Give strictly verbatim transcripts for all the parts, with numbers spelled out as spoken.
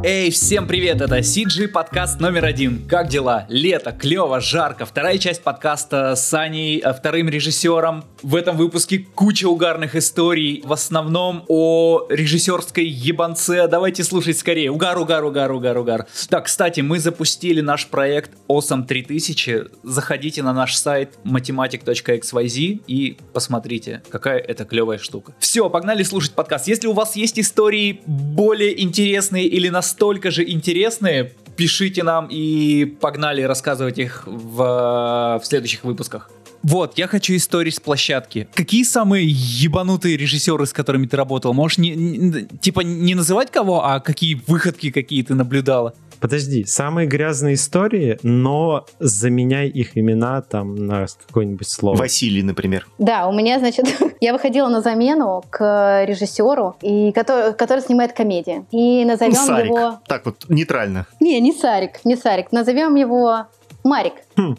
Эй, всем привет, это си джи подкаст номер один. Как дела? Лето, клево, жарко. Вторая часть подкаста с Саней, вторым режиссером. В этом выпуске куча угарных историй, в основном о режиссерской ебанце. Давайте слушать скорее. Угар, угар, угар, угар, угар. Так, кстати, мы запустили наш проект Awesome три тысячи. Заходите на наш сайт математик точка икс вай зет и посмотрите, какая это клевая штука. Все, погнали слушать подкаст. Если у вас есть истории более интересные или настолько же интересные, пишите нам и погнали рассказывать их в, в следующих выпусках. Вот, я хочу истории с площадки. Какие самые ебанутые режиссеры, с которыми ты работал? Можешь не, не, типа не называть кого, а какие выходки какие ты наблюдала? Подожди, самые грязные истории, но заменяй их имена там на какое-нибудь слово. Василий, например. Да, у меня, значит, я выходила на замену к режиссеру, и который, который снимает комедии. И назовем Сарик. его... Так вот, нейтрально. Не, не Сарик, не Сарик. Назовем его Марик. Хм.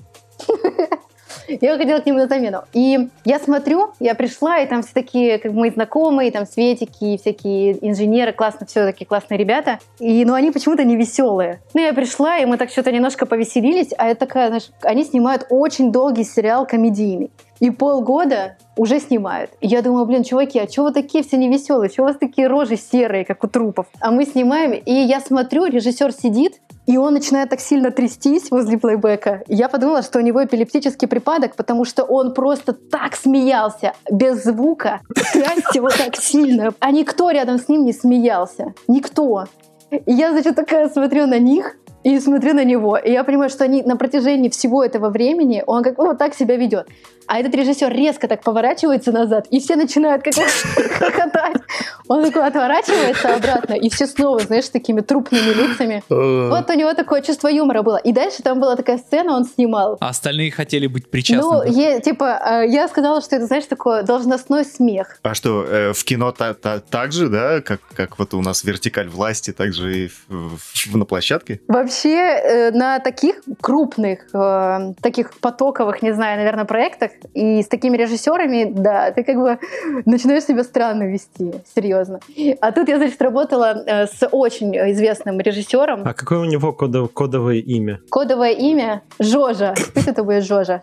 Я выходила к нему на замену. И я смотрю, я пришла, и там все такие, как мои знакомые, там Светики, всякие инженеры, классно, все такие классные ребята. И, ну, они почему-то не веселые. Ну, я пришла, и мы так что-то немножко повеселились, а это такая, знаешь, они снимают очень долгий сериал комедийный. И полгода уже снимают. И я думаю, блин, чуваки, а чего вы такие все невеселые? Чего у вас такие рожи серые, как у трупов? А мы снимаем, и я смотрю, режиссер сидит, и он начинает так сильно трястись возле плейбека. И я подумала, что у него эпилептический припадок, потому что он просто так смеялся, без звука, трясся его так сильно. А никто рядом с ним не смеялся. Никто. И я, значит, такая смотрю на них, и смотрю на него, и я понимаю, что они на протяжении всего этого времени, он как вот так себя ведет. А этот режиссер резко так поворачивается назад, и все начинают как хохотать. Он такой отворачивается обратно, и все снова, знаешь, с такими трупными лицами. Вот у него такое чувство юмора было. И дальше там была такая сцена, он снимал. А остальные хотели быть причастны. Ну, я, типа, я сказала, что это, знаешь, такой должностной смех. А что, э, в кино та, та, так же, да, как, как вот у нас вертикаль власти, так же и в, в, на площадке? Вообще, э, на таких крупных, э, таких потоковых, не знаю, наверное, проектах, и с такими режиссерами, да, ты как бы начинаешь себя странно вести, серьезно. А тут я, значит, работала э, с очень известным режиссером. А какое у него кодов, кодовое имя? Кодовое имя Жожа. Пусть это будет Жожа.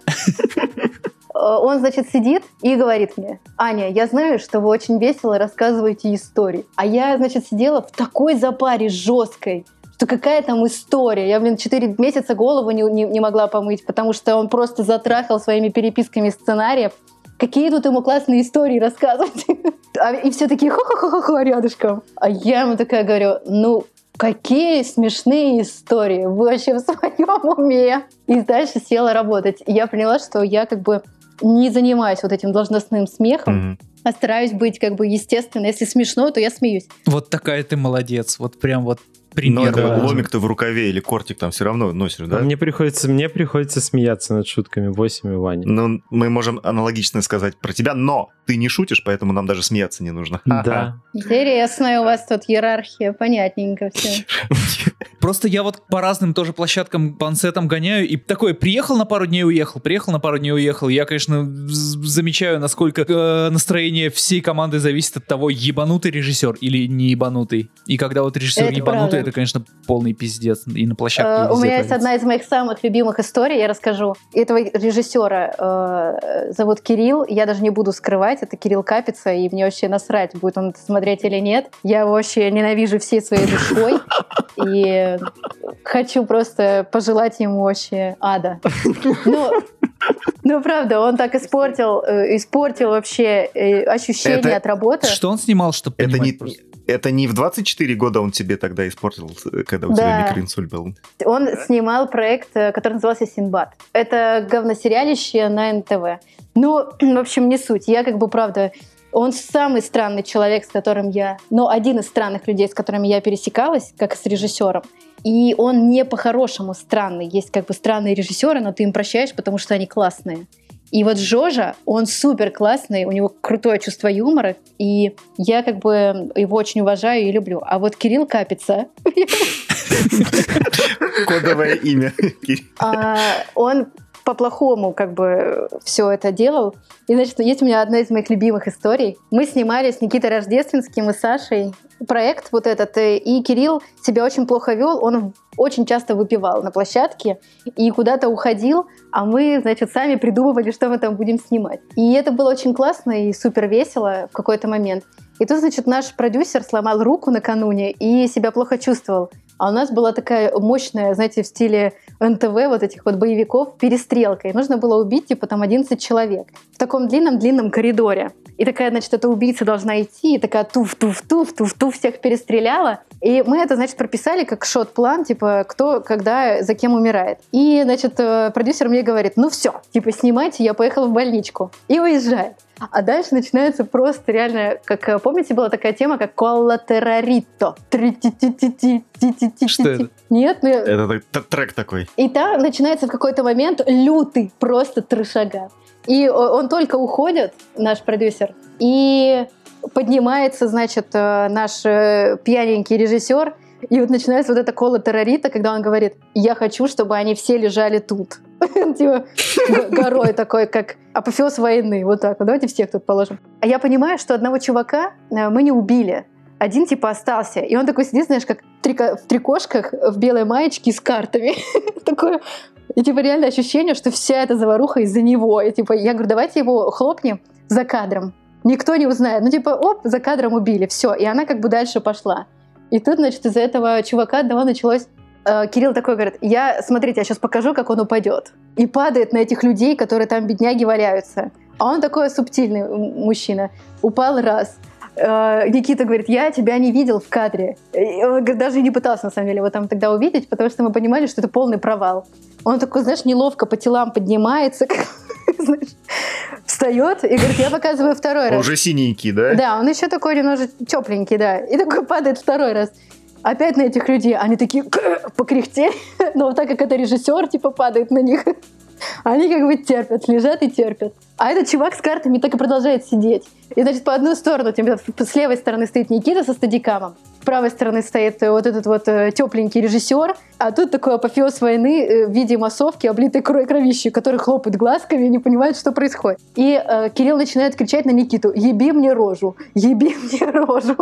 Он, значит, сидит и говорит мне: Аня, я знаю, что вы очень весело рассказываете истории. А я, значит, сидела в такой запаре жесткой, что какая там история. Я, блин, четыре месяца голову не, не, не могла помыть, потому что он просто затрахал своими переписками сценариев. Какие тут ему классные истории рассказывать. И все такие ха-ха-ха-ха рядышком. А я ему такая говорю: ну, какие смешные истории. Вы вообще в своем уме? И дальше села работать. И я поняла, что я как бы не занимаюсь вот этим должностным смехом, mm-hmm. а стараюсь быть как бы естественно. Если смешно, то я смеюсь. Вот такая ты молодец. Вот прям вот пример. Но да. Ломик-то в рукаве или кортик там все равно носишь, да? А мне приходится, мне приходится смеяться над шутками восемь и Вани. Ну, мы можем аналогично сказать про тебя, но ты не шутишь, поэтому нам даже смеяться не нужно. Да. Интересная у вас тут иерархия, понятненько все. Просто я вот по разным тоже площадкам, по ансетам гоняю, и такой, приехал на пару дней, уехал, приехал на пару дней, уехал. Я, конечно, замечаю, насколько э, настроение всей команды зависит от того, ебанутый режиссер или не ебанутый. И когда вот режиссер это ебанутый, правда. Это, конечно, полный пиздец. И на площадке э, У меня творится. Есть одна из моих самых любимых историй, я расскажу. Этого режиссера э, зовут Кирилл, я даже не буду скрывать, это Кирилл Капица, и мне вообще насрать, будет он это смотреть или нет. Я его вообще ненавижу всей своей душой, и хочу просто пожелать ему вообще ада. Ну, ну правда, он так испортил, испортил вообще ощущение это... от работы. Что он снимал, чтобы это понимать не... просто? Это не в двадцать четыре года он тебе тогда испортил, когда у да. тебя микроинсульт был? Он снимал проект, который назывался «Синдбад». Это говносериалище на эн тэ вэ. Ну, в общем, не суть. Я как бы, правда... Он самый странный человек, с которым я... Ну, один из странных людей, с которыми я пересекалась, как с режиссером. И он не по-хорошему странный. Есть как бы странные режиссеры, но ты им прощаешь, потому что они классные. И вот Жожа, он супер классный, у него крутое чувство юмора, и я как бы его очень уважаю и люблю. А вот Кирилл Капица... Кодовое имя. Он по-плохому как бы все это делал. И, значит, есть у меня одна из моих любимых историй. Мы снимали с Никитой Рождественским и Сашей проект вот этот, и Кирилл себя очень плохо вел, он очень часто выпивал на площадке и куда-то уходил, а мы, значит, сами придумывали, что мы там будем снимать. И это было очень классно и супер весело в какой-то момент. И тут, значит, наш продюсер сломал руку накануне и себя плохо чувствовал. А у нас была такая мощная, знаете, в стиле эн тэ вэ, вот этих вот боевиков, перестрелка. И нужно было убить, типа, там одиннадцать человек в таком длинном-длинном коридоре. И такая, значит, эта убийца должна идти, и такая туф-туф-туф, туф-туф всех перестреляла. И мы это, значит, прописали как шот-план, типа, кто, когда, за кем умирает. И, значит, продюсер мне говорит, ну все, типа, снимайте, я поехала в больничку. И уезжает. А дальше начинается просто реально, как, помните, была такая тема, как коллатерарито. Что это? Нет, ну... Это трек такой. И там начинается в какой-то момент лютый просто трешаган. И он только уходит, наш продюсер, и поднимается, значит, наш пьяненький режиссер, и вот начинается вот эта коллатерарита, когда он говорит, я хочу, чтобы они все лежали тут. Типа горой такой, как апофеоз войны. Вот так вот. Давайте всех тут положим. А я понимаю, что одного чувака мы не убили. Один типа остался. И он такой сидит, знаешь, как в трикошках, в белой маечке с картами. Такое... И типа реально ощущение, что вся эта заваруха из-за него. И типа я говорю, давайте его хлопнем за кадром. Никто не узнает. Ну типа, оп, за кадром убили. Все. И она как бы дальше пошла. И тут, значит, из-за этого чувака одного началось... Э, Кирилл такой говорит, я, смотрите, я сейчас покажу, как он упадет. И падает на этих людей, которые там бедняги валяются. А он такой субтильный мужчина. Упал раз. Э, Никита говорит, я тебя не видел в кадре. И он говорит, даже не пытался, на самом деле, его там тогда увидеть, потому что мы понимали, что это полный провал. Он такой, знаешь, неловко по телам поднимается, знаешь, встает и говорит, я показываю второй раз. Уже синенький, да? Да, он еще такой немножко тепленький, да. И такой падает второй раз. Опять на этих людей. Они такие покряхтели. Но вот так как это режиссер, типа, падает на них. Они как бы терпят, лежат и терпят. А этот чувак с картами так и продолжает сидеть. И, значит, по одну сторону, с левой стороны стоит Никита со стадикамом, с правой стороны стоит вот этот вот тепленький режиссер, а тут такой апофеоз войны в виде массовки, облитой кровищей, который хлопает глазками и не понимает, что происходит. И э, Кирилл начинает кричать на Никиту: «Еби мне рожу! Еби мне рожу!»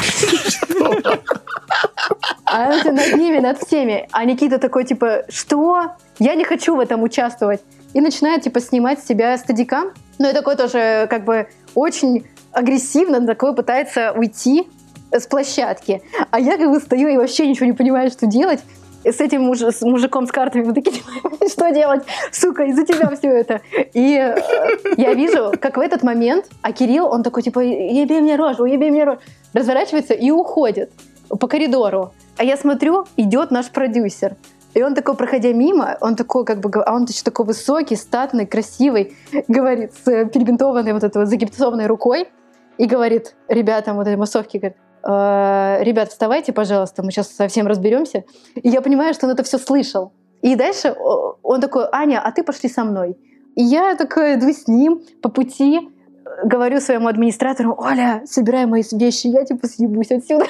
А он над ними, над всеми. А Никита такой, типа, что? Я не хочу в этом участвовать. И начинает, типа, снимать с себя стадикам. Ну и такой тоже, как бы, очень агрессивно такой пытается уйти с площадки. А я, как бы, стою и вообще ничего не понимаю, что делать. С этим муж, с мужиком с картами мы такие, что делать? Сука, из-за тебя все это. И э, я вижу, как в этот момент, а Кирилл, он такой, типа, еби мне рожу, еби мне рожу. Разворачивается и уходит по коридору. А я смотрю, идет наш продюсер. И он такой, проходя мимо, он такой, как бы, а он еще такой высокий, статный, красивый, говорит, с перебинтованной вот этой вот загипсованной рукой, и говорит ребятам вот этой массовки, говорит, э, ребят, вставайте, пожалуйста, мы сейчас совсем разберемся. И я понимаю, что он это все слышал. И дальше он такой, Аня, а ты пошли со мной. И я такая иду с ним по пути, говорю своему администратору: Оля, собирай мои вещи, я типа съебусь отсюда.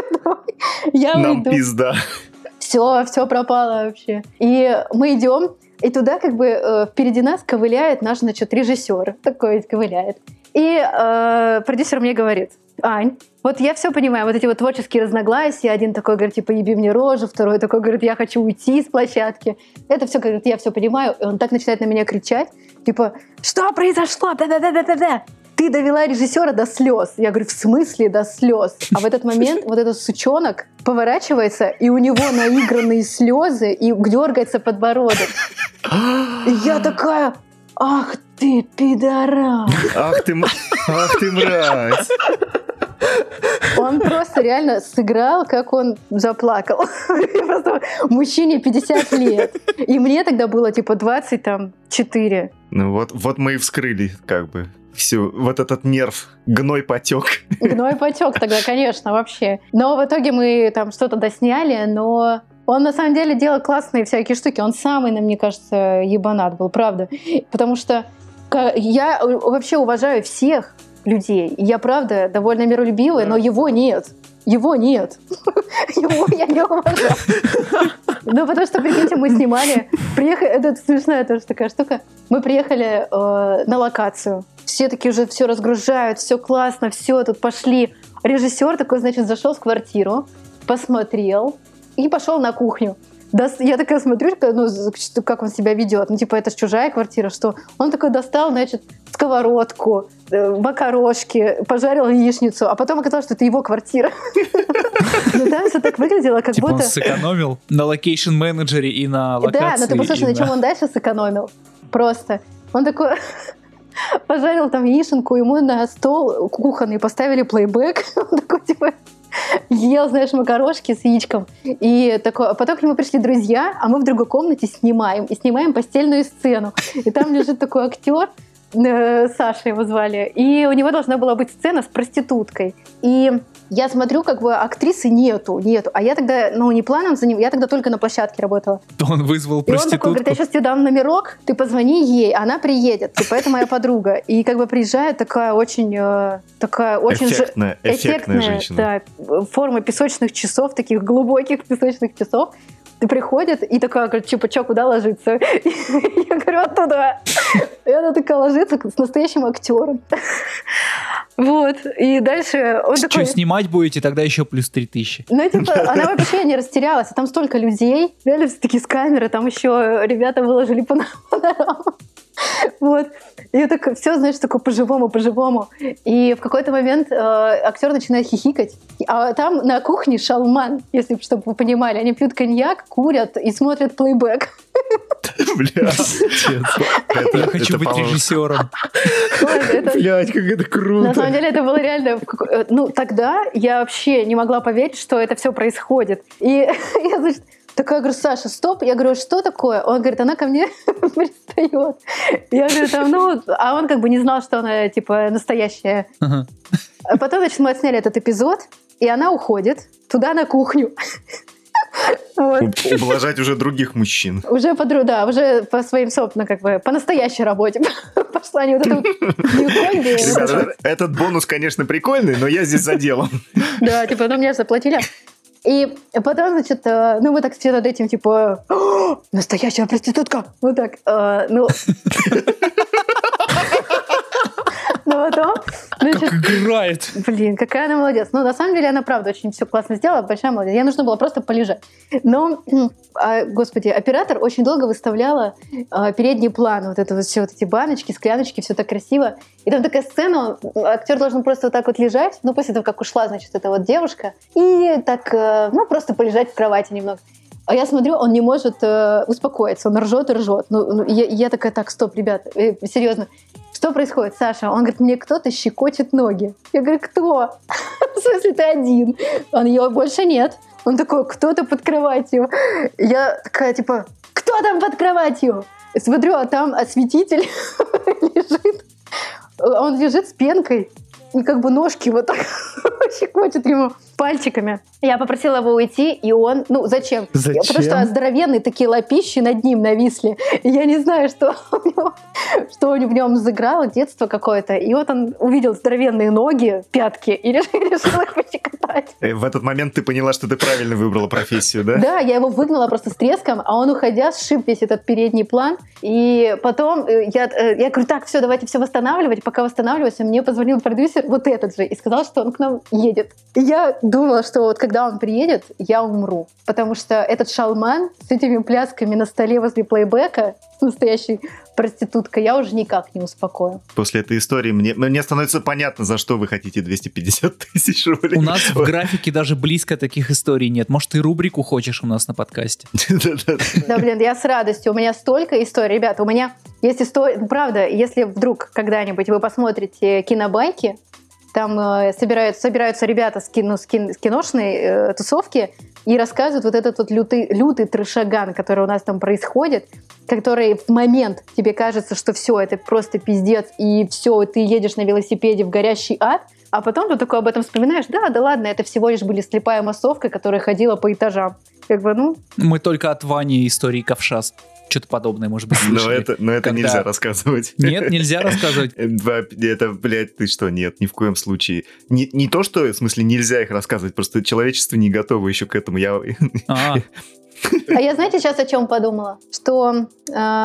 Я Нам уйду. Пизда. Все, все пропало вообще. И мы идем, и туда как бы э, впереди нас ковыляет наш, значит, режиссер. Такой ковыляет. И э, продюсер мне говорит: Ань, вот я все понимаю, вот эти вот творческие разногласия. Один такой говорит, типа, еби мне рожу, второй такой говорит, я хочу уйти с площадки. Это все, говорит, я все понимаю. И он так начинает на меня кричать, типа, что произошло? Да-да-да-да-да. Ты довела режиссера до слез. Я говорю, в смысле до слез? А в этот момент вот этот сучонок поворачивается, и у него наигранные слезы, и дергается подбородок. И я такая, ах ты, пидорас. Ах ты, ах ты, мразь. Он просто реально сыграл, как он заплакал. Просто мужчине пятьдесят лет. И мне тогда было типа двадцать четыре. Ну вот, вот мы и вскрыли как бы всю, вот этот нерв, гной потек. Гной потек тогда, конечно, вообще. Но в итоге мы там что-то досняли, но он на самом деле делал классные всякие штуки. Он самый, мне кажется, ебанат был, правда. Потому что я вообще уважаю всех людей. Я, правда, довольно миролюбивая, но его нет. Его нет. Его я не уважаю. Ну, потому что, прикиньте, мы снимали, приехали, это смешная тоже такая штука, мы приехали э, на локацию, все такие уже все разгружают, все классно, все, тут пошли. Режиссер такой, значит, зашел в квартиру, посмотрел и пошел на кухню. Да, я такая смотрю, ну, как он себя ведет. Ну, типа, это ж чужая квартира, что? Он такой достал, значит, сковородку, макарошки, пожарил яичницу, а потом оказалось, что это его квартира. Но там все так выглядело, как будто... Типа он сэкономил на локейшн-менеджере и на локации. Да, но ты послушай, на чем он дальше сэкономил. Просто. Он такой... Пожарил там яишенку, ему на стол кухонный поставили плейбэк. Он такой, типа... Ел, знаешь, макарошки с яичком. И такой, а потом к нему пришли друзья, а мы в другой комнате снимаем. И снимаем постельную сцену. И там лежит такой актер, э, Саша его звали, и у него должна была быть сцена с проституткой. И я смотрю, как бы актрисы нету, нету. А я тогда, ну, не планом за ним, я тогда только на площадке работала. Он вызвал проститутку. И он такой говорит, я сейчас тебе дам номерок, ты позвони ей, она приедет. Типа, это моя подруга. И как бы приезжает такая очень... Э, такая очень эффектная, ж... эффектная, эффектная женщина. Да, форма песочных часов, таких глубоких песочных часов. Ты приходит и такая, говорит, типа, чё, куда ложиться? Я говорю, вот туда. И она такая ложится с настоящим актером. Вот. И дальше он Что, такой... снимать будете, тогда еще плюс три тысячи. Ну, типа, она вообще не растерялась. Там столько людей. Реально все такие с камеры. Там еще ребята выложили панораму. Вот. И так все, знаешь, такое по-живому, по-живому. И в какой-то момент э, актер начинает хихикать. А там на кухне шалман, если чтобы вы понимали. Они пьют коньяк, курят и смотрят плейбэк. Бля, я хочу быть режиссером. Блять, как это круто. На самом деле это было реально... Ну, тогда я вообще не могла поверить, что это все происходит. И я, значит, такая говорю, Саша, стоп. Я говорю, что такое? Он говорит, она ко мне пристает. Я говорю, там, ну... А он как бы не знал, что она, типа, настоящая. Uh-huh. А потом, значит, мы отсняли этот эпизод, и она уходит туда на кухню. Вот. Ублажать уже других мужчин. Уже по, да, уже по своим собственным, как бы, по настоящей работе пошла не вот это вот. Этот бонус, конечно, прикольный, но я здесь за делом. Да, типа, ну, мне заплатили. И потом, значит, ну, мы так все над этим, типа, настоящая проститутка. Вот так. Ну... Но потом... Значит, как играет. Блин, какая она молодец. Ну, на самом деле, она, правда, очень все классно сделала, большая молодец. Ей нужно было просто полежать. Но, а, господи, оператор очень долго выставляла а, передний план. Вот это вот все, вот эти баночки, скляночки, все так красиво. И там такая сцена, актер должен просто вот так вот лежать, ну, после того, как ушла, значит, эта вот девушка, и так, ну, просто полежать в кровати немного. А я смотрю, он не может э, успокоиться, он ржет и ржет. Ну, ну, я, я такая, так, стоп, ребята, э, серьезно, что происходит, Саша? Он говорит, мне кто-то щекочет ноги. Я говорю, кто? В смысле, ты один? Он, его больше нет. Он такой, кто-то под кроватью. Я такая, типа, кто там под кроватью? Смотрю, а там осветитель лежит. Он лежит с пенкой. И как бы ножки вот так щекочет ему пальчиками. Я попросила его уйти, и он... Ну, зачем? Зачем? Потому что здоровенные такие лапищи над ним нависли. И я не знаю, что у него, что в нем взыграло, детство какое-то. И вот он увидел здоровенные ноги, пятки, и решил их пощекотать. В этот момент ты поняла, что ты правильно выбрала профессию, да? Да, я его выгнала просто с треском, а он, уходя, сшиб весь этот передний план. И потом я, я говорю, так, все, давайте все восстанавливать. Пока восстанавливается, мне позвонил продюсер, вот этот же, и сказал, что он к нам едет. И я думала, что вот когда он приедет, я умру. Потому что этот шалман с этими плясками на столе возле плейбека, с настоящей проституткой, я уже никак не успокою. После этой истории мне, мне становится понятно, за что вы хотите двести пятьдесят тысяч рублей. У нас в графике даже близко таких историй нет. Может, ты рубрику хочешь у нас на подкасте? Да, блин, я с радостью. У меня столько историй. Ребята, у меня есть история... Правда, если вдруг когда-нибудь вы посмотрите кинобайки, там э, собираются, собираются ребята с, кино, с, кин, с киношной э, тусовки и рассказывают вот этот вот лютый, лютый трешаган, который у нас там происходит, который в момент тебе кажется, что все, это просто пиздец, и все, ты едешь на велосипеде в горящий ад, а потом ты такой об этом вспоминаешь, да, да ладно, это всего лишь были слепая массовка, которая ходила по этажам. Как бы, ну... Мы только от Вани истории ковша что-то подобное, может быть, слышали. Но это, но это Когда... нельзя рассказывать. Нет, нельзя рассказывать. Это, блядь, ты что, нет, ни в коем случае. Не, не то, что, в смысле, нельзя их рассказывать, просто человечество не готово еще к этому. Я... А, А я, знаете, сейчас о чем подумала? Что э,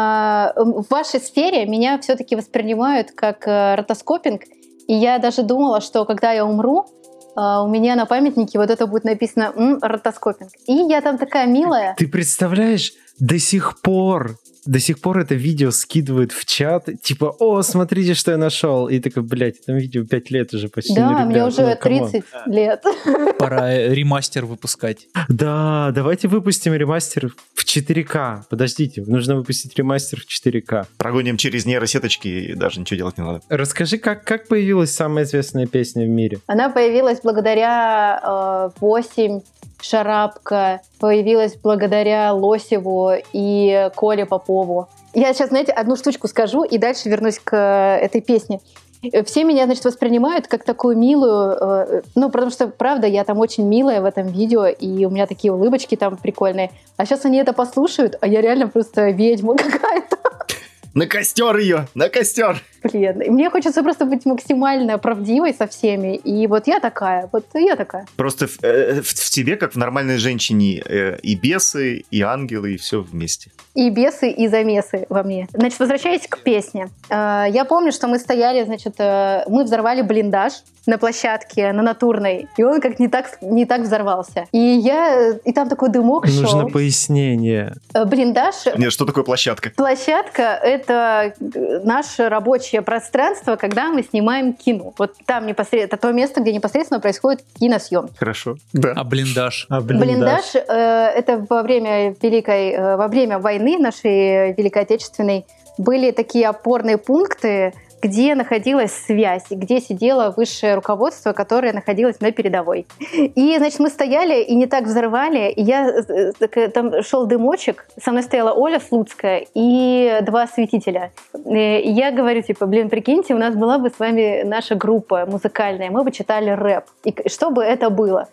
в вашей сфере меня все-таки воспринимают как э, ротоскопинг, и я даже думала, что когда я умру, э, у меня на памятнике вот это будет написано «М, ротоскопинг». И я там такая милая. Ты представляешь, до сих пор, до сих пор это видео скидывают в чат, типа, о, смотрите, что я нашел. И такой, блядь, этому видео пять лет уже почти. Да, ну, ребят, мне уже ну, камон. тридцать лет. пора ремастер выпускать. Да, давайте выпустим ремастер в четыре ка. Подождите, нужно выпустить ремастер в четыре ка. Прогоним через нейросеточки, и даже ничего делать не надо. Расскажи, как, как появилась самая известная песня в мире? Она появилась благодаря э, восемь, Шарапко, появилась благодаря Лосеву и Коле Попову. Я сейчас, знаете, одну штучку скажу, и дальше вернусь к э, этой песне. Все меня, значит, воспринимают как такую милую, э, ну, потому что, правда, я там очень милая в этом видео, и у меня такие улыбочки там прикольные. А сейчас они это послушают, а я реально просто ведьма какая-то. На костер ее! На костер! Блин, и мне хочется просто быть максимально правдивой со всеми, и вот я такая, вот я такая. Просто в, э, в, в тебе, как в нормальной женщине, э, и бесы, и ангелы, и все вместе. И бесы, и замесы во мне. Значит, возвращаясь к песне. Э, я помню, что мы стояли, значит, э, мы взорвали блиндаж на площадке, на Натурной, и он как не так, не так взорвался. И я, и там такой дымок шел. Нужно пояснение. Э, блиндаж... Нет, что такое площадка? Площадка — это наше рабочее пространство, когда мы снимаем кино. Вот там непосредственно, это то место, где непосредственно происходит киносъемки. Хорошо, да. А блиндаж? А блиндаж? Блиндаж э, это во время Великой, э, во время войны нашей Великой Отечественной были такие опорные пункты, где находилась связь, где сидело высшее руководство, которое находилось на передовой. И, значит, мы стояли и не так взорвали, и я, там шел дымочек, со мной стояла Оля Слуцкая и два осветителя. И я говорю, типа, блин, прикиньте, у нас была бы с вами наша группа музыкальная, мы бы читали рэп. И что бы это было?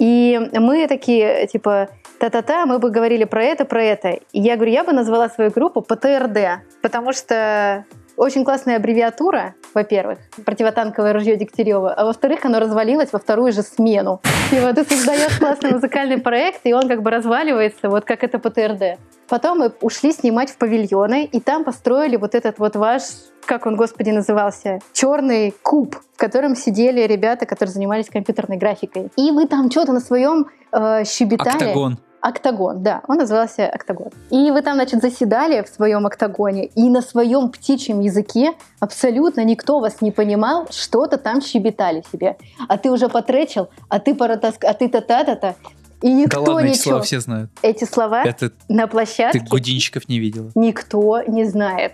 И мы такие, типа, та-та-та, мы бы говорили про это, про это. И я говорю, я бы назвала свою группу пэ тэ эр дэ, потому что очень классная аббревиатура, во-первых, противотанковое ружье Дегтярева, а во-вторых, оно развалилось во вторую же смену. И вот ты создаешь классный музыкальный проект, и он как бы разваливается, вот как это пэ тэ эр дэ. Потом мы ушли снимать в павильоны, и там построили вот этот вот ваш, как он, господи, назывался, черный куб, в котором сидели ребята, которые занимались компьютерной графикой. И вы там что-то на своем э, щебетали. Октагон. Октагон, да, он назывался Октагон. И вы там, значит, заседали в своем октагоне, и на своем птичьем языке абсолютно никто вас не понимал, что-то там щебетали себе. А ты уже потречил, а ты паратаск, а ты та-та-та-та. И никто да ладно, ничего. эти слова все знают. Эти слова Это на площадке ты гудинщиков не видела. никто не знает.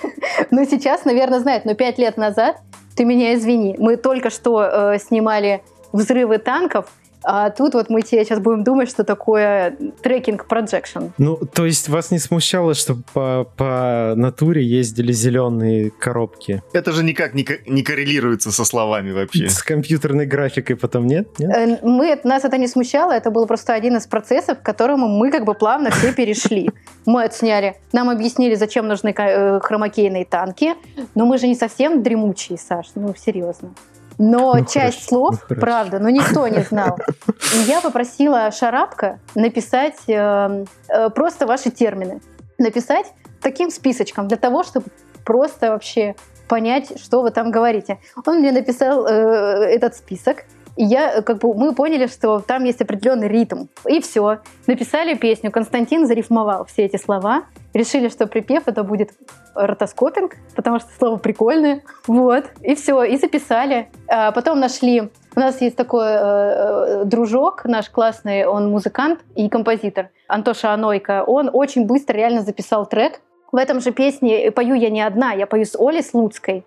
Ну, сейчас, наверное, знает, но пять лет назад, ты меня извини, мы только что э, снимали взрывы танков, а тут вот мы тебе сейчас будем думать, что такое трекинг projection. Ну, то есть вас не смущало, что по, по натуре ездили зеленые коробки? Это же никак не, ко- не коррелируется со словами вообще. С компьютерной графикой потом нет? нет? Э, Мы, нас это не смущало, это был просто один из процессов, к которому мы как бы плавно все перешли. Мы отсняли, нам объяснили, зачем нужны ка- э, хромакейные танки, но мы же не совсем дремучие, Саш, ну серьезно. Но Ну, часть хорошо, слов, ну, хорошо. правда, но никто не знал. И я попросила Шарапко написать э, э, просто ваши термины. Написать таким списочком для того, чтобы просто вообще понять, что вы там говорите. Он мне написал э, этот список, и я, как бы, мы поняли, что там есть определенный ритм. И все. Написали песню. Константин зарифмовал все эти слова. Решили, что припев это будет ротоскопинг, потому что слово прикольное. Вот. И все. И записали. А потом нашли... У нас есть такой э, дружок наш классный, он музыкант и композитор. Антоша Анойко. Он очень быстро реально записал трек. В этом же песне пою я не одна, я пою с Олей Слуцкой.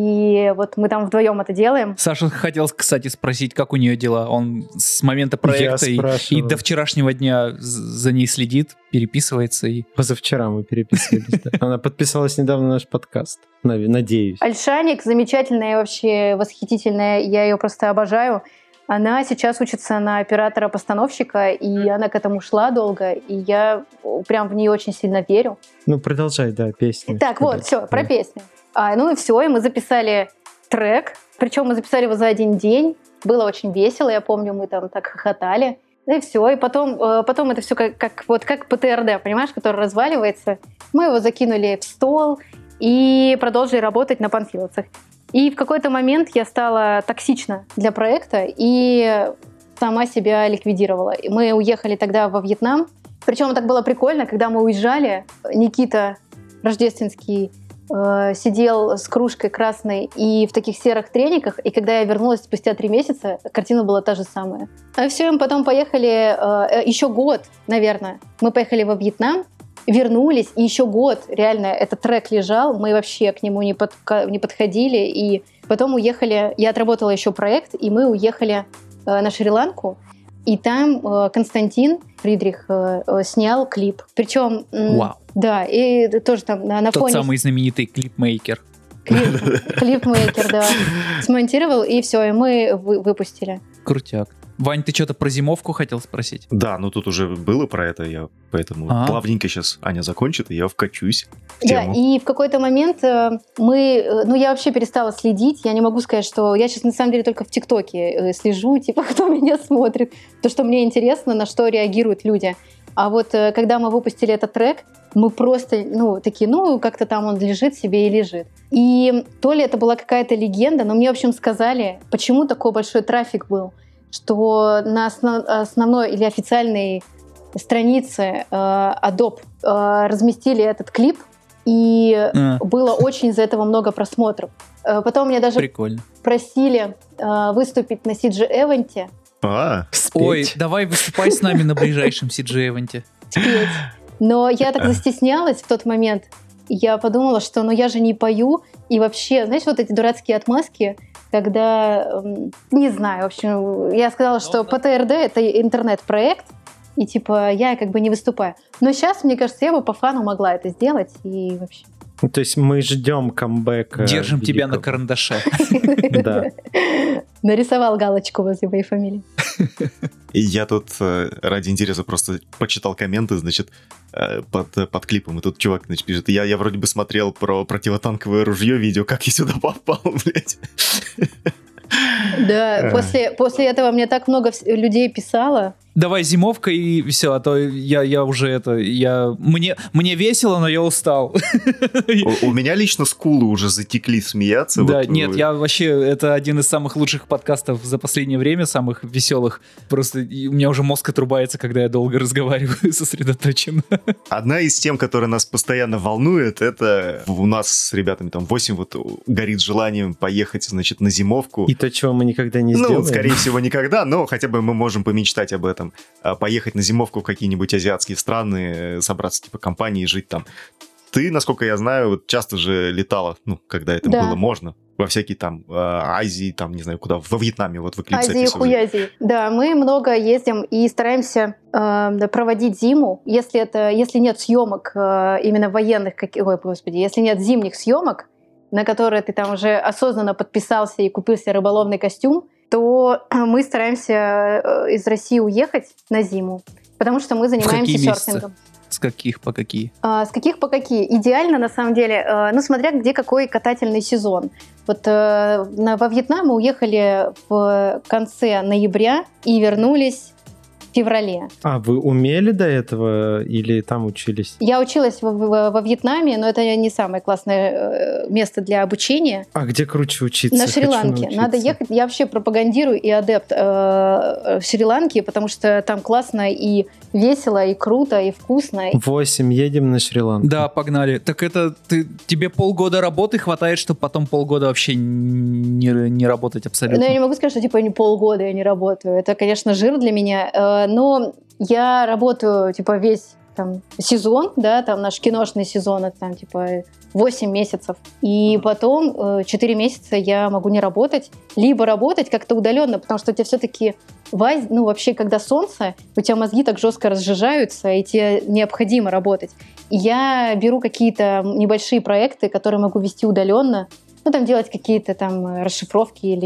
И вот мы там вдвоем это делаем. Саша хотел, кстати, спросить, как у нее дела. Он с момента проекта и, и до вчерашнего дня за ней следит, переписывается. И... Позавчера мы переписывались. Да. Она подписалась недавно на наш подкаст. Надеюсь. Альшаник замечательная, вообще восхитительная. Я ее просто обожаю. Она сейчас учится на оператора-постановщика, и она к этому шла долго, и я прям в нее очень сильно верю. Ну, продолжай, да, песню. Так, вот, все, про песню. А, ну и все, и мы записали трек, причем мы записали его за один день. Было очень весело, я помню, мы там так хохотали. И все, и потом, потом это все как, как, вот, как ПТРД, понимаешь, который разваливается. Мы его закинули в стол и продолжили работать на панфиловцах. И в какой-то момент я стала токсична для проекта и сама себя ликвидировала. И мы уехали тогда во Вьетнам. Причем так было прикольно, когда мы уезжали, Никита Рождественский э, сидел с кружкой красной и в таких серых трениках, и когда я вернулась спустя три месяца, картина была та же самая. А все, мы потом поехали э, еще год, наверное. Мы поехали во Вьетнам, вернулись, и еще год реально этот трек лежал, мы вообще к нему не, под, не подходили, и потом уехали, я отработала еще проект, и мы уехали э, на Шри-Ланку, и там э, Константин Фридрих э, э, снял клип. Причем, м- Вау. да, и тоже там на, на Тот фоне... самый знаменитый клипмейкер. Клип, клипмейкер, да. Смонтировал, и все, и мы вы, выпустили. Крутяк. Вань, ты что-то про зимовку хотел спросить? Да, ну тут уже было про это, я поэтому А. плавненько сейчас Аня закончит, и я вкачусь в Да, тему. и в какой-то момент э, мы, э, ну я вообще перестала следить, я не могу сказать, что я сейчас на самом деле только в ТикТоке э, слежу, типа кто меня смотрит, то, что мне интересно, на что реагируют люди. А вот э, когда мы выпустили этот трек, мы просто, ну, такие, ну, как-то там он лежит себе и лежит. И то ли это была какая-то легенда, но мне, в общем, сказали, почему такой большой трафик был, что на основ- основной или официальной странице э, Adobe э, разместили этот клип, и А. было очень из-за этого много просмотров. Э, потом меня даже Прикольно. просили э, выступить на си джи-эвенте, А, Ой, Спеть. давай выступай с нами на ближайшем си джи-эвенте. спеть. Но я так застеснялась в тот момент, я подумала, что ну я же не пою, и вообще, знаешь, вот эти дурацкие отмазки, когда, эм, не знаю, в общем, я сказала, что ПТРД — это интернет-проект, и типа я как бы не выступаю. Но сейчас, мне кажется, я бы по фану могла это сделать, и вообще... Ну, то есть мы ждем камбэка. Держим тебя на великого. карандаше. Да. Нарисовал галочку возле моей фамилии. и я тут э, ради интереса просто почитал комменты, значит, э, под, под клипом, и тут чувак, значит, пишет, я, я вроде бы смотрел про противотанковое ружье, видео, как я сюда попал, блядь. Да, после, после этого мне так много вс- людей писало. Давай зимовка и все, а то я, я уже это, я, мне, мне весело, но я устал. У, у меня лично скулы уже затекли смеяться. Да, вот, нет, э, я вообще, это один из самых лучших подкастов за последнее время, самых веселых. Просто и у меня уже мозг отрубается, когда я долго разговариваю, сосредоточен. Одна из тем, которая нас постоянно волнует, это у нас с ребятами там восемь вот горит желанием поехать, значит, на зимовку. И то, чего мы никогда не Ну, сделаем. скорее всего, никогда, но хотя бы мы можем помечтать об этом. А, Поехать на зимовку в какие-нибудь азиатские страны, э, собраться типа компании и жить там. Ты, насколько я знаю, вот часто же летала, ну, когда это Да. было можно, во всякие там э, Азии, там, не знаю, куда, во Вьетнаме, вот вы клип Азии, записывали. хуязии. Да, мы много ездим и стараемся э, да, проводить зиму. Если, это, если нет съемок э, именно военных, как, ой, господи, если нет зимних съемок, на которые ты там уже осознанно подписался и купил себе рыболовный костюм, то мы стараемся э, из России уехать на зиму, потому что мы занимаемся какие месяцы? серфингом. С каких по какие? А, с каких по какие? Идеально, на самом деле, э, ну, смотря где какой катательный сезон. Вот э, на, во Вьетнам мы уехали в конце ноября и вернулись в феврале. А, вы умели до этого или там учились? Я училась во, во- во Вьетнаме, но это не самое классное э, место для обучения. А где круче учиться? На Хочу Шри-Ланке. научиться. Надо ехать. Я вообще пропагандирую и адепт э, в Шри-Ланке, потому что там классно и весело, и круто, и вкусно. Восемь, едем на Шри-Ланку. Да, погнали. Так это ты, тебе полгода работы хватает, чтобы потом полгода вообще не, не работать абсолютно. Но я не могу сказать, что типа не полгода я не работаю. Это, конечно, жир для меня. Э, Но я работаю типа весь там сезон, да, там наш киношный сезон, это там типа восемь месяцев. И потом э, четыре месяца я могу не работать, либо работать как-то удаленно, потому что у тебя все-таки в Азии, ну вообще, когда солнце, у тебя мозги так жестко разжижаются, и тебе необходимо работать. И я беру какие-то небольшие проекты, которые могу вести удаленно, ну там делать какие-то там расшифровки или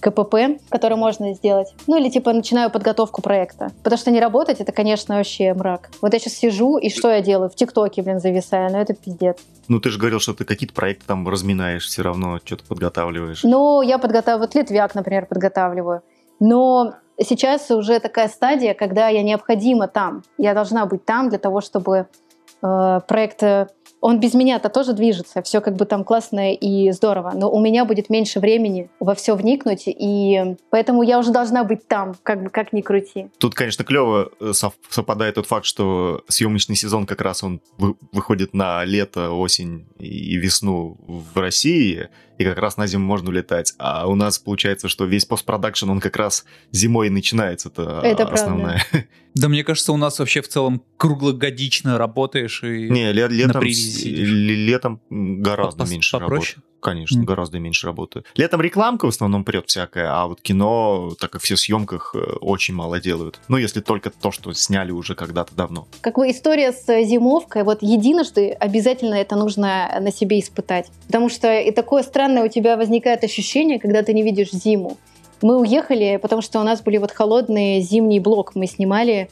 КПП, который можно сделать. Ну или типа начинаю подготовку проекта. Потому что не работать — это, конечно, вообще мрак. Вот я сейчас сижу, и что я делаю? В ТикТоке, блин, зависаю. Ну это пиздец. Ну ты же говорил, что ты какие-то проекты там разминаешь, все равно что-то подготавливаешь. Ну я подготавливаю, вот Литвяк, например, подготавливаю. Но сейчас уже такая стадия, когда я необходима там. Я должна быть там для того, чтобы э, проект... Он без меня-то тоже движется, все как бы там классно и здорово, но у меня будет меньше времени во все вникнуть, и поэтому я уже должна быть там, как бы как ни крути. Тут, конечно, клево совпадает тот факт, что съемочный сезон как раз он вы- выходит на лето, осень и весну в России, и как раз на зиму можно улетать. А у нас получается, что весь постпродакшн, он как раз зимой начинается, это, это основная. Правда. Да мне кажется, у нас вообще в целом круглогодично работаешь и Не, ле- летом, на привязи сидишь. летом гораздо Пос- меньше попроще? работы. Конечно, Mm. гораздо меньше работаю. Летом рекламка в основном прет всякая, а вот кино, так как все в съемках, очень мало делают. Ну, если только то, что сняли уже когда-то давно. Как бы история с зимовкой, вот единожды обязательно это нужно на себе испытать. Потому что и такое странное у тебя возникает ощущение, когда ты не видишь зиму. Мы уехали, потому что у нас были вот холодные, зимний блок мы снимали,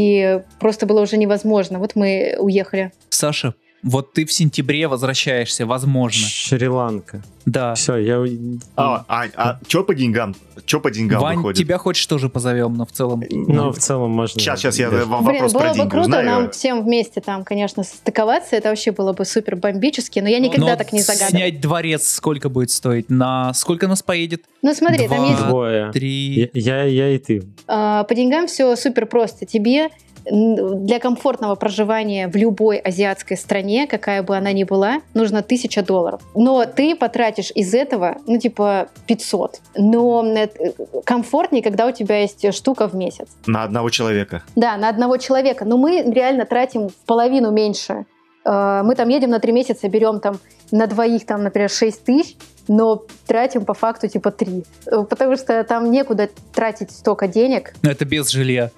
и просто было уже невозможно. Вот мы уехали. Саша, вот ты в сентябре возвращаешься, возможно. Шри-Ланка. Да. Все, я... А, а, а что по деньгам? Что по деньгам Вань, выходит? тебя хочешь тоже позовем, но в целом... Ну, в целом можно... Сейчас, сейчас я даже. вопрос Блин, про было деньги бы круто узнаю. нам всем вместе там, конечно, состыковаться. Это вообще было бы супер бомбически, но я никогда Но так не загадывала. снять дворец сколько будет стоить? На сколько нас поедет? Ну смотри, Два. там есть... Двое. Три... Я, я, я и ты. А, по деньгам все супер просто. Тебе для комфортного проживания в любой азиатской стране, какая бы она ни была, нужно тысяча долларов. Но ты потратишь из этого, ну, типа, пятьсот. Но комфортнее, когда у тебя есть штука в месяц. На одного человека. Да, на одного человека. Но мы реально тратим в половину меньше. Мы там едем на три месяца, берем там на двоих, там, например, шесть тысяч, но тратим по факту типа три. Потому что там некуда тратить столько денег. Это без жилья.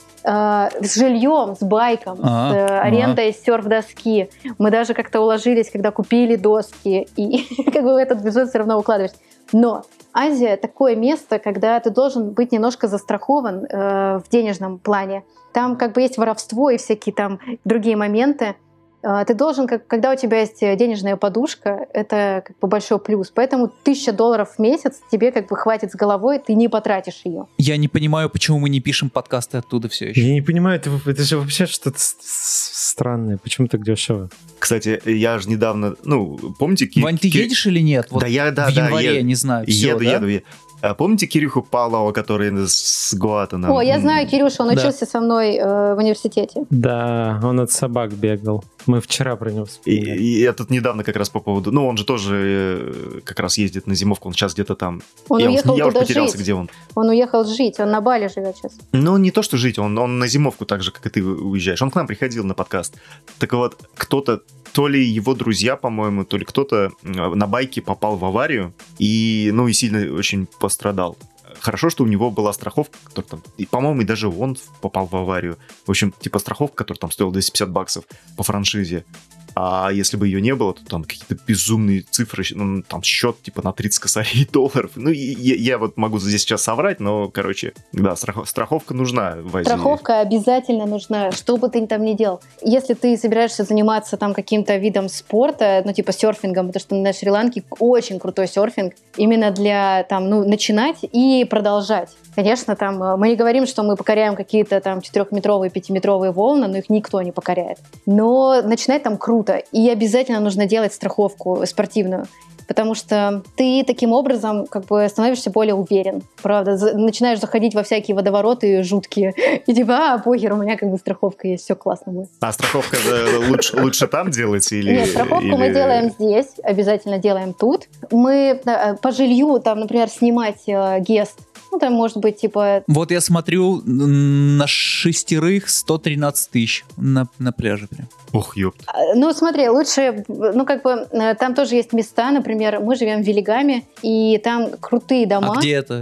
С жильем, с байком, А, с арендой а. серф-доски. Мы даже как-то уложились, когда купили доски, и как бы в этот бюджет все равно укладываешь. Но Азия — такое место, когда ты должен быть немножко застрахован э, в денежном плане. Там как бы есть воровство и всякие там другие моменты. Ты должен, как, когда у тебя есть денежная подушка, это как бы большой плюс. Поэтому тысяча долларов в месяц тебе как бы хватит с головой, ты не потратишь ее. Я не понимаю, почему мы не пишем подкасты оттуда все еще. Я не понимаю, это, это же вообще что-то странное. Почему так дешево? Кстати, я же недавно, ну, помните... Ки- Вань, ты Ки- едешь или нет? Вот да, я, да, в да. январе, я, я не знаю. Все, еду, да? еду, еду. А помните Кирюху Павлова, который с Гуата нам... О, я знаю Кирюшу, он Да. учился со мной э, в университете. Да, он от собак бегал. Мы вчера про него И, вспомнили. и я тут недавно как раз по поводу... Ну, он же тоже э, как раз ездит на зимовку, он сейчас где-то там... Он я уехал уж, я уж туда потерялся, жить. где он. Он уехал жить, он на Бали живет сейчас. Ну, не то, что жить, он, он на зимовку так же, как и ты уезжаешь. Он к нам приходил на подкаст. Так вот, кто-то, то ли его друзья, по-моему, то ли кто-то на байке попал в аварию и, ну, и сильно очень пострадал. Хорошо, что у него была страховка, которая там, и, по-моему, и даже он попал в аварию. В общем, типа страховка, которая там стоила двести пятьдесят баксов по франшизе. А если бы ее не было, то там какие-то безумные цифры, ну, там счет типа на тридцать косарей долларов. Ну, и я, я вот могу здесь сейчас соврать, но, короче, да, страхов, страховка нужна в Азии. Страховка обязательно нужна, что бы ты там ни делал. Если ты собираешься заниматься там каким-то видом спорта, ну, типа серфингом, потому что на Шри-Ланке очень крутой серфинг, именно для там, ну, начинать и продолжать. Конечно, там мы не говорим, что мы покоряем какие-то там четырехметровые, пятиметровые волны, но их никто не покоряет. Но начинать там круто. И обязательно нужно делать страховку спортивную. Потому что ты таким образом как бы становишься более уверен. Правда, за- начинаешь заходить во всякие водовороты жуткие. И типа, а, похер, у меня как бы страховка есть, все классно будет. А страховка э, лучше, лучше там делать? Или, Нет, страховку или- мы делаем здесь, обязательно делаем тут. Мы да, по жилью, там, например, снимать э, гест, ну, там может быть, типа, Вот я смотрю м, на шестерых сто тринадцать тысяч на, на пляже прям. Ох, ёпт. э, ну, смотри, лучше, ну, как бы, э, там тоже есть места, например, мы живем в Велигаме, и там крутые дома. А где это?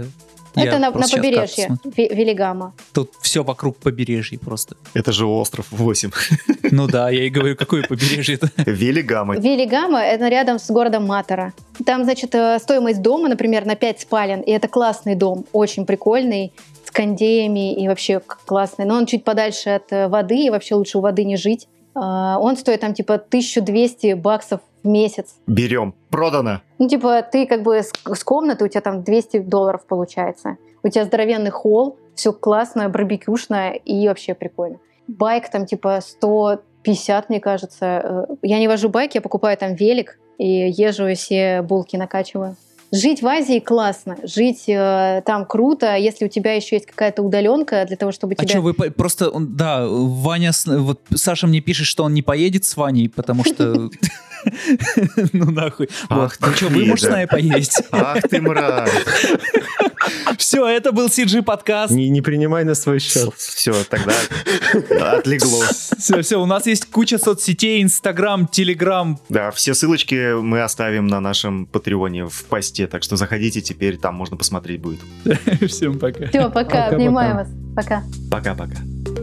Это Я на, на просто щас побережье, карту смотрю. Ве- Велигама. Тут все вокруг побережья просто. Это же остров восемь. Ну да, я и говорю, какое побережье-то? Велигамы. Велигама — это рядом с городом Матера. Там, значит, э, стоимость дома, например, на пять спален, и это классный дом, очень прикольный, с кондеями и вообще к- классный. Но он чуть подальше от э, воды, и вообще лучше у воды не жить. А, Он стоит там типа тысяча двести баксов в месяц. Берем. Продано. Ну, типа, ты как бы с, с комнаты, у тебя там двести долларов получается. У тебя здоровенный холл, все классно, барбекюшное и вообще прикольно. Байк там типа сто пятьдесят, мне кажется. Э, Я не вожу байк, я покупаю там велик и езжу, и все булки накачиваю. Жить в Азии классно, жить э, там круто, если у тебя еще есть какая-то удаленка для того, чтобы А тебя... что, вы по- просто, он- да, Ваня, с- вот Саша мне пишет, что он не поедет с Ваней, потому что... Ну нахуй. Вот. Ах Ну ты, что, вы можете с да. нами поесть? Ах ты мразь. Все, это был си джи подкаст. Не, не принимай на свой счет. Все, тогда отлегло. Все, все, у нас есть куча соцсетей, Инстаграм, Телеграм. Да, все ссылочки мы оставим на нашем Патреоне в посте, так что заходите, теперь там можно посмотреть будет. Всем пока. Все, пока, Пока-пока. обнимаю вас. Пока. Пока-пока.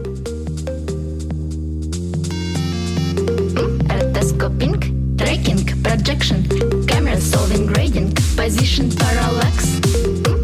Rotoscoping, tracking, projection, camera solving gradient, position parallax.